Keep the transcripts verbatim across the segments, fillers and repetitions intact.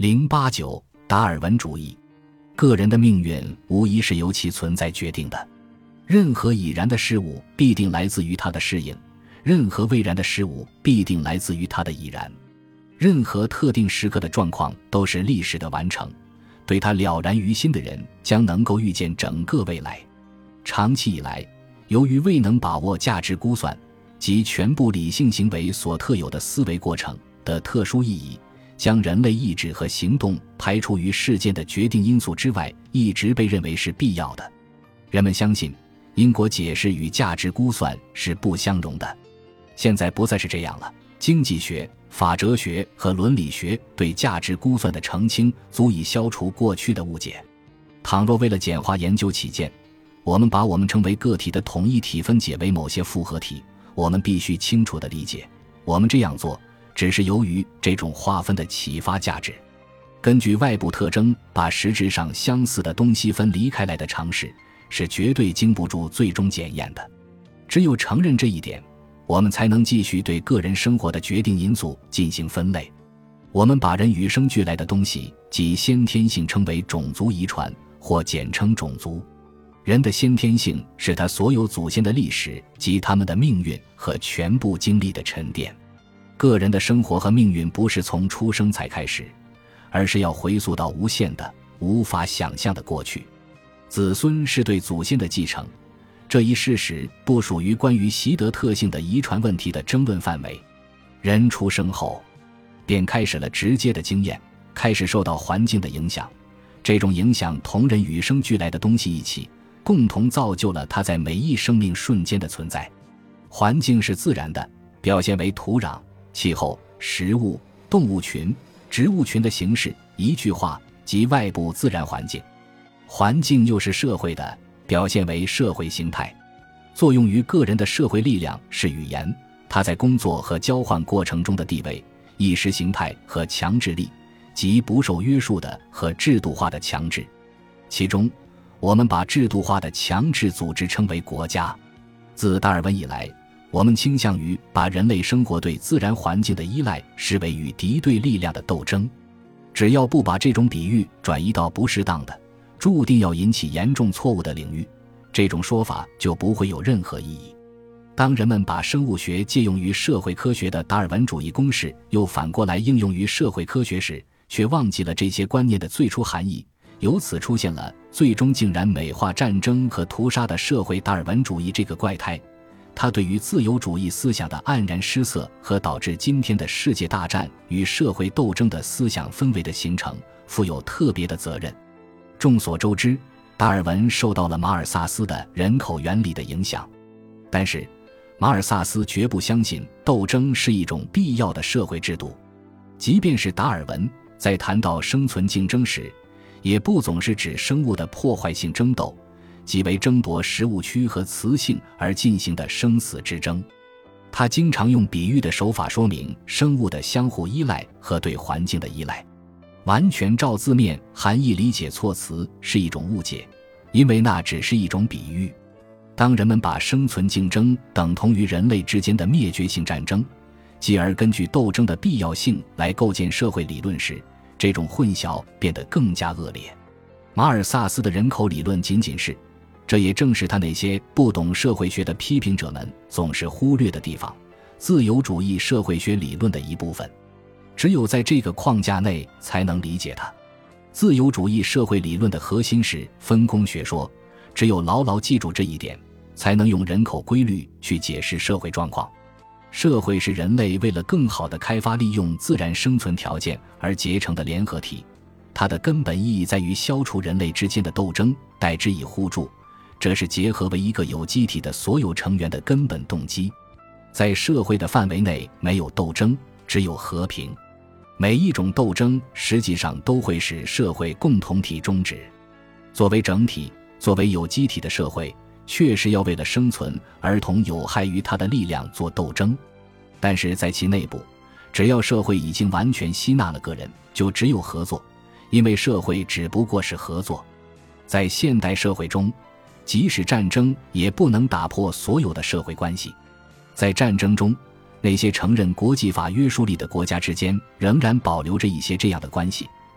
零八九达尔文主义。个人的命运无疑是由其存在决定的，任何已然的事物必定来自于它的适应，任何未然的事物必定来自于它的已然。任何特定时刻的状况都是历史的完成，对它了然于心的人将能够预见整个未来。长期以来，由于未能把握价值估算及全部理性行为所特有的思维过程的特殊意义，将人类意志和行动排除于事件的决定因素之外，一直被认为是必要的。人们相信因果解释与价值估算是不相容的，现在不再是这样了。经济学、法哲学和伦理学对价值估算的澄清足以消除过去的误解。倘若为了简化研究起见，我们把我们称为个体的统一体分解为某些复合体，我们必须清楚地理解，我们这样做只是由于这种划分的启发价值。根据外部特征把实质上相似的东西分离开来的尝试是绝对经不住最终检验的。只有承认这一点，我们才能继续对个人生活的决定因素进行分类。我们把人与生俱来的东西即先天性称为种族遗传，或简称种族。人的先天性是他所有祖先的历史及他们的命运和全部经历的沉淀。个人的生活和命运不是从出生才开始，而是要回溯到无限的、无法想象的过去。子孙是对祖先的继承，这一事实不属于关于习得特性的遗传问题的争论范围。人出生后便开始了直接的经验，开始受到环境的影响，这种影响同人与生俱来的东西一起，共同造就了他在每一生命瞬间的存在。环境是自然的，表现为土壤、气候、食物、动物群、植物群的形式，一句话即外部自然环境。环境又是社会的，表现为社会形态。作用于个人的社会力量是语言，它在工作和交换过程中的地位、意识形态和强制力，即不受约束的和制度化的强制。其中我们把制度化的强制组织称为国家。自达尔文以来，我们倾向于把人类生活对自然环境的依赖视为与敌对力量的斗争。只要不把这种比喻转移到不适当的、注定要引起严重错误的领域，这种说法就不会有任何意义。当人们把生物学借用于社会科学的达尔文主义公式又反过来应用于社会科学时，却忘记了这些观念的最初含义，由此出现了最终竟然美化战争和屠杀的社会达尔文主义这个怪胎。他对于自由主义思想的黯然失色和导致今天的世界大战与社会斗争的思想氛围的形成负有特别的责任。众所周知，达尔文受到了马尔萨斯的人口原理的影响，但是马尔萨斯绝不相信斗争是一种必要的社会制度。即便是达尔文在谈到生存竞争时，也不总是指生物的破坏性争斗，即为争夺食物区和雌性而进行的生死之争。他经常用比喻的手法说明生物的相互依赖和对环境的依赖。完全照字面含义理解措辞是一种误解，因为那只是一种比喻。当人们把生存竞争等同于人类之间的灭绝性战争，继而根据斗争的必要性来构建社会理论时，这种混淆变得更加恶劣。马尔萨斯的人口理论仅仅是，这也正是他那些不懂社会学的批评者们总是忽略的地方，自由主义社会学理论的一部分。只有在这个框架内才能理解它。自由主义社会理论的核心是分工学说，只有牢牢记住这一点，才能用人口规律去解释社会状况。社会是人类为了更好地开发利用自然生存条件而结成的联合体，它的根本意义在于消除人类之间的斗争，代之以互助，这是结合为一个有机体的所有成员的根本动机。在社会的范围内没有斗争，只有和平。每一种斗争实际上都会使社会共同体终止。作为整体，作为有机体的社会，确实要为了生存而同有害于它的力量做斗争，但是在其内部，只要社会已经完全吸纳了个人，就只有合作，因为社会只不过是合作。在现代社会中，即使战争也不能打破所有的社会关系。在战争中，那些承认国际法约束力的国家之间仍然保留着一些这样的关系，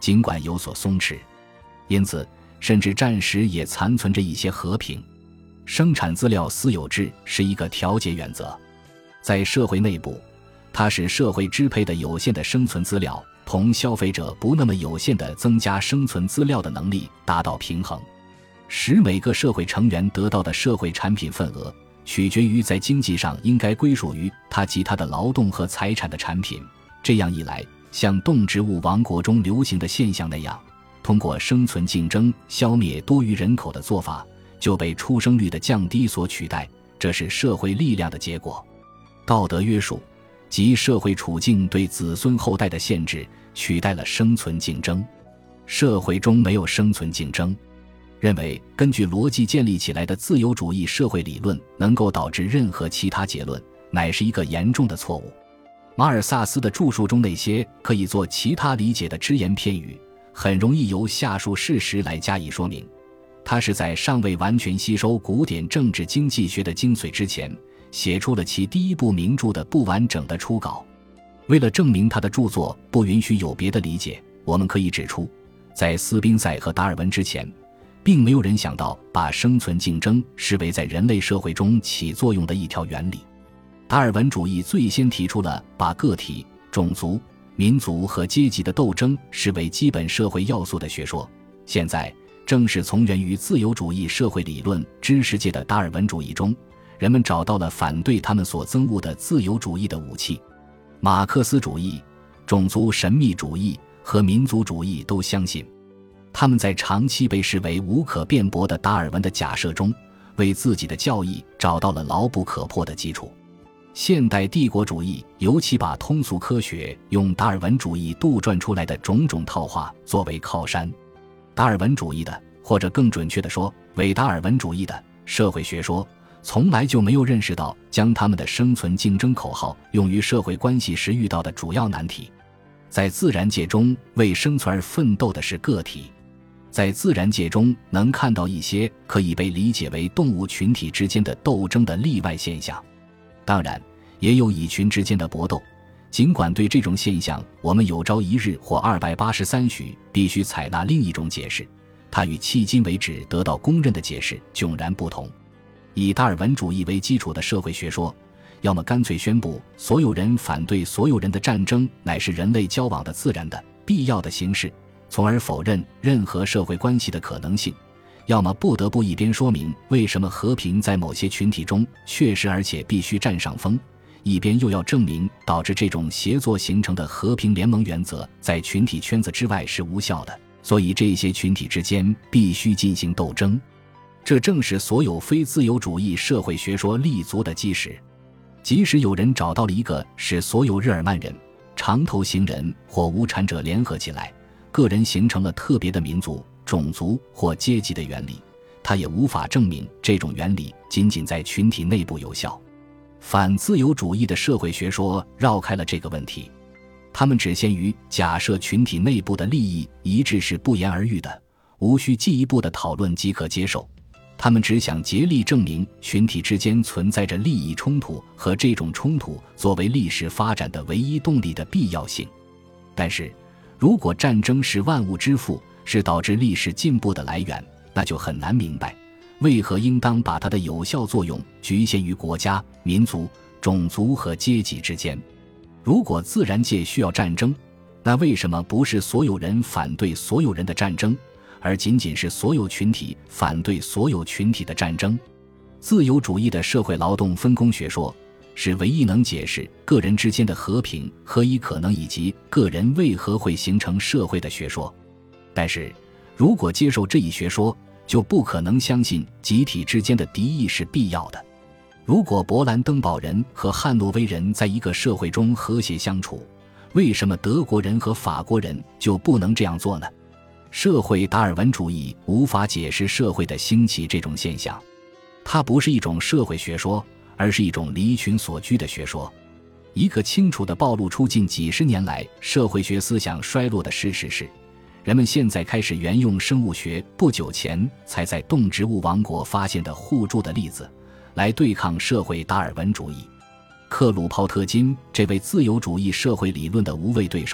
尽管有所松弛。因此甚至暂时也残存着一些和平。生产资料私有制是一个调节原则，在社会内部，它使社会支配的有限的生存资料同消费者不那么有限的增加生存资料的能力达到平衡，使每个社会成员得到的社会产品份额取决于在经济上应该归属于他及他的劳动和财产的产品。这样一来，像动植物王国中流行的现象那样，通过生存竞争消灭多余人口的做法就被出生率的降低所取代，这是社会力量的结果。道德约束即社会处境对子孙后代的限制取代了生存竞争。社会中没有生存竞争，认为根据逻辑建立起来的自由主义社会理论能够导致任何其他结论，乃是一个严重的错误。马尔萨斯的著述中那些可以做其他理解的只言片语，很容易由下述事实来加以说明。他是在尚未完全吸收古典政治经济学的精髓之前，写出了其第一部名著的不完整的初稿。为了证明他的著作不允许有别的理解，我们可以指出，在斯宾塞和达尔文之前，并没有人想到把生存竞争视为在人类社会中起作用的一条原理。达尔文主义最先提出了把个体、种族、民族和阶级的斗争视为基本社会要素的学说。现在正是从源于自由主义社会理论知识界的达尔文主义中，人们找到了反对他们所憎恶的自由主义的武器。马克思主义、种族神秘主义和民族主义都相信，他们在长期被视为无可辩驳的达尔文的假设中，为自己的教义找到了牢不可破的基础。现代帝国主义尤其把通俗科学用达尔文主义杜撰出来的种种套话作为靠山。达尔文主义的，或者更准确地说，伪达尔文主义的社会学说，从来就没有认识到将他们的生存竞争口号用于社会关系时遇到的主要难题。在自然界中，为生存而奋斗的是个体。在自然界中能看到一些可以被理解为动物群体之间的斗争的例外现象，当然也有蚁群之间的搏斗，尽管对这种现象我们有朝一日或二百八十三许必须采纳另一种解释，它与迄今为止得到公认的解释迥然不同。以达尔文主义为基础的社会学说，要么干脆宣布所有人反对所有人的战争乃是人类交往的自然的必要的形式，从而否认任何社会关系的可能性，要么不得不一边说明为什么和平在某些群体中确实而且必须占上风，一边又要证明导致这种协作形成的和平联盟原则在群体圈子之外是无效的，所以这些群体之间必须进行斗争。这正是所有非自由主义社会学说立足的基石。即使有人找到了一个使所有日耳曼人、长头型人或无产者联合起来，个人形成了特别的民族、种族或阶级的原理，他也无法证明这种原理仅仅在群体内部有效。反自由主义的社会学说绕开了这个问题，他们只限于假设群体内部的利益一致是不言而喻的，无需进一步的讨论即可接受。他们只想竭力证明群体之间存在着利益冲突和这种冲突作为历史发展的唯一动力的必要性。但是如果战争是万物之父，是导致历史进步的来源，那就很难明白为何应当把它的有效作用局限于国家、民族、种族和阶级之间。如果自然界需要战争，那为什么不是所有人反对所有人的战争，而仅仅是所有群体反对所有群体的战争？自由主义的社会劳动分工学说是唯一能解释个人之间的和平何以可能以及个人为何会形成社会的学说。但是如果接受这一学说，就不可能相信集体之间的敌意是必要的。如果勃兰登堡人和汉诺威人在一个社会中和谐相处，为什么德国人和法国人就不能这样做呢？社会达尔文主义无法解释社会的兴起这种现象，它不是一种社会学说，而是一种离群所居的学说。一个清楚地暴露出近几十年来社会学思想衰落的事实是，人们现在开始沿用生物学不久前才在动植物王国发现的互助的例子来对抗社会达尔文主义。克鲁泡特金这位自由主义社会理论的无畏对手，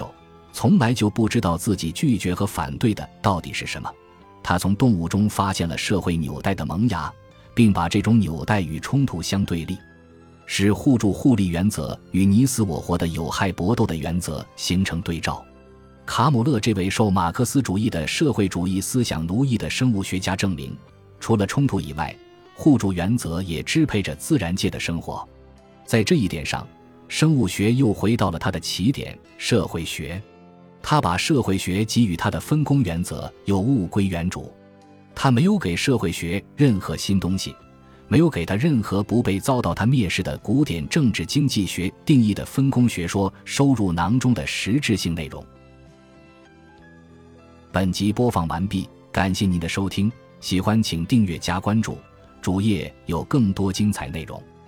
从来就不知道自己拒绝和反对的到底是什么。他从动物中发现了社会纽带的萌芽，并把这种纽带与冲突相对立，使互助互利原则与你死我活的有害搏斗的原则形成对照。卡姆勒这位受马克思主义的社会主义思想奴役的生物学家证明，除了冲突以外，互助原则也支配着自然界的生活。在这一点上，生物学又回到了它的起点——社会学。他把社会学给予它的分工原则又物归原主。他没有给社会学任何新东西，没有给他任何不被遭到他蔑视的古典政治经济学定义的分工学说收入囊中的实质性内容。本集播放完毕，感谢您的收听，喜欢请订阅加关注，主页有更多精彩内容。